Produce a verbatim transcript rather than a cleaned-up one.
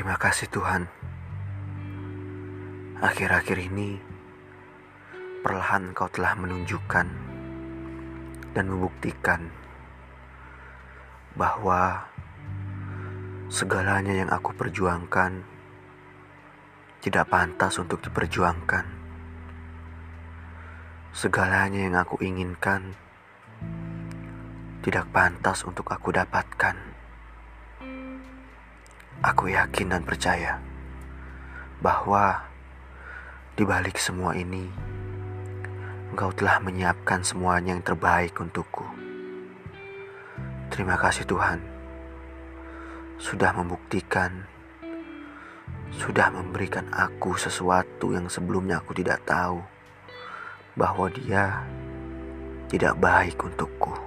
Terima kasih Tuhan. Akhir-akhir ini perlahan Kau telah menunjukkan dan membuktikan bahwa segalanya yang aku perjuangkan tidak pantas untuk diperjuangkan. Segalanya yang aku inginkan tidak pantas untuk aku dapatkan. Aku yakin dan percaya bahwa di balik semua ini, Engkau telah menyiapkan semuanya yang terbaik untukku. Terima kasih Tuhan, sudah membuktikan, sudah memberikan aku sesuatu yang sebelumnya aku tidak tahu, bahwa Dia tidak baik untukku.